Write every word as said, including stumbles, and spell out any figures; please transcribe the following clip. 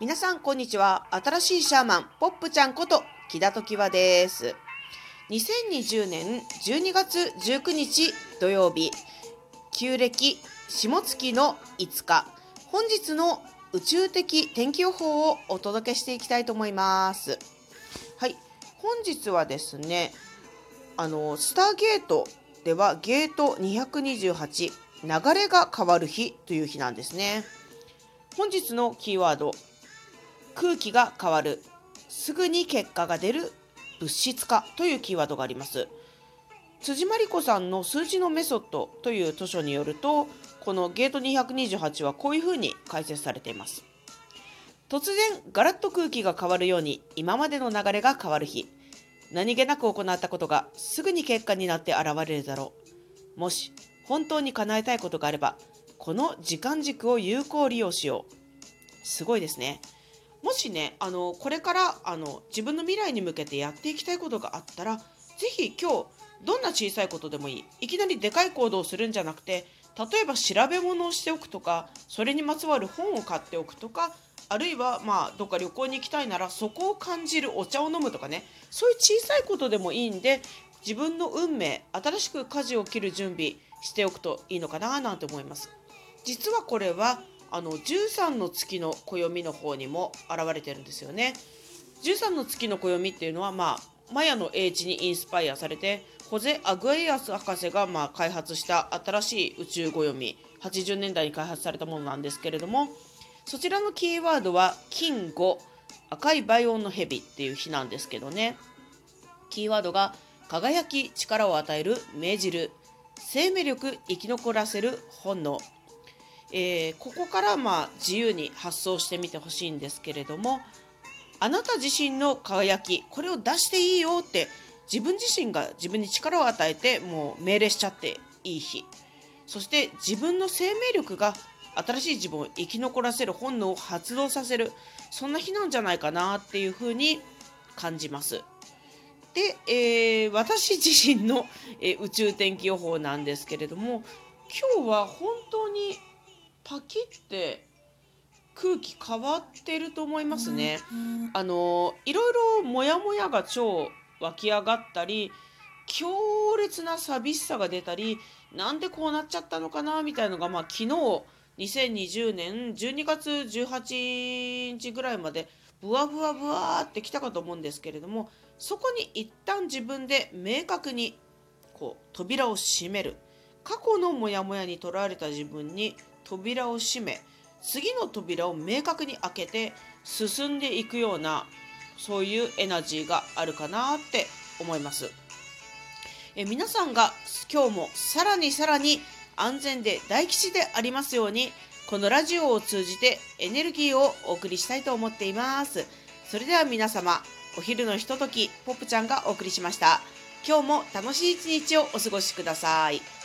皆さんこんにちは。新しいシャーマンポップちゃんこと木田時和です。にせんにじゅうねんじゅうにがつじゅうくにち土曜日、旧暦下月のいつか、本日の宇宙的天気予報をお届けしていきたいと思います。はい、本日はですね、あのスターゲートではゲートにひゃくにじゅうはち、流れが変わる日という日なんですね。本日のキーワード、空気が変わる、すぐに結果が出る、物質化というキーワードがあります。辻真理子さんの数字のメソッドという図書によると、このゲートにひゃくにじゅうはちはこういうふうに解説されています。突然ガラッと空気が変わるように今までの流れが変わる日、何気なく行ったことがすぐに結果になって現れるだろう。もし本当に叶えたいことがあれば、この時間軸を有効利用しよう。すごいですね。もしね、あのこれからあの自分の未来に向けてやっていきたいことがあったら、ぜひ今日どんな小さいことでもいい、いきなりでかい行動をするんじゃなくて、例えば調べ物をしておくとか、それにまつわる本を買っておくとか、あるいはまあどっか旅行に行きたいならそこを感じるお茶を飲むとかね、そういう小さいことでもいいんで、自分の運命、新しく舵を切る準備しておくといいのかななんて思います。実はこれはあのじゅうさんの月の暦の方にも現れてるんですよね。じゅうさんの月の暦っていうのは、まあ、マヤの英知にインスパイアされて、ホゼ・アグエイアス博士がまあ開発した新しい宇宙暦、はちじゅうねんだいに開発されたものなんですけれども、そちらのキーワードは金ご、赤い倍音の蛇っていう日なんですけどね。キーワードが輝き、力を与える、命じる、生命力、生き残らせる、本能。えー、ここからまあ自由に発想してみてほしいんですけれども、あなた自身の輝き、これを出していいよって自分自身が自分に力を与えてもう命令しちゃっていい日。そして自分の生命力が新しい自分を生き残らせる、本能を発動させる、そんな日なんじゃないかなっていうふうに感じます。で、えー、私自身の、えー、宇宙天気予報なんですけれども、今日は本当にパキって空気変わってると思いますね。あのいろいろモヤモヤが超湧き上がったり、強烈な寂しさが出たり、なんでこうなっちゃったのかなみたいなのが、まあ、昨日にせんにじゅうねんじゅうにがつじゅうはちにちぐらいまでブワブワブワーってきたかと思うんですけれども、そこに一旦自分で明確にこう扉を閉める。過去のモヤモヤにとらわれた自分に扉を閉め、次の扉を明確に開けて進んでいくような、そういうエナジーがあるかなって思います。え皆さんが今日もさらにさらに安全で大吉でありますように、このラジオを通じてエネルギーをお送りしたいと思っています。それでは皆様、お昼のひととき、ポップちゃんがお送りしました。今日も楽しい一日をお過ごしください。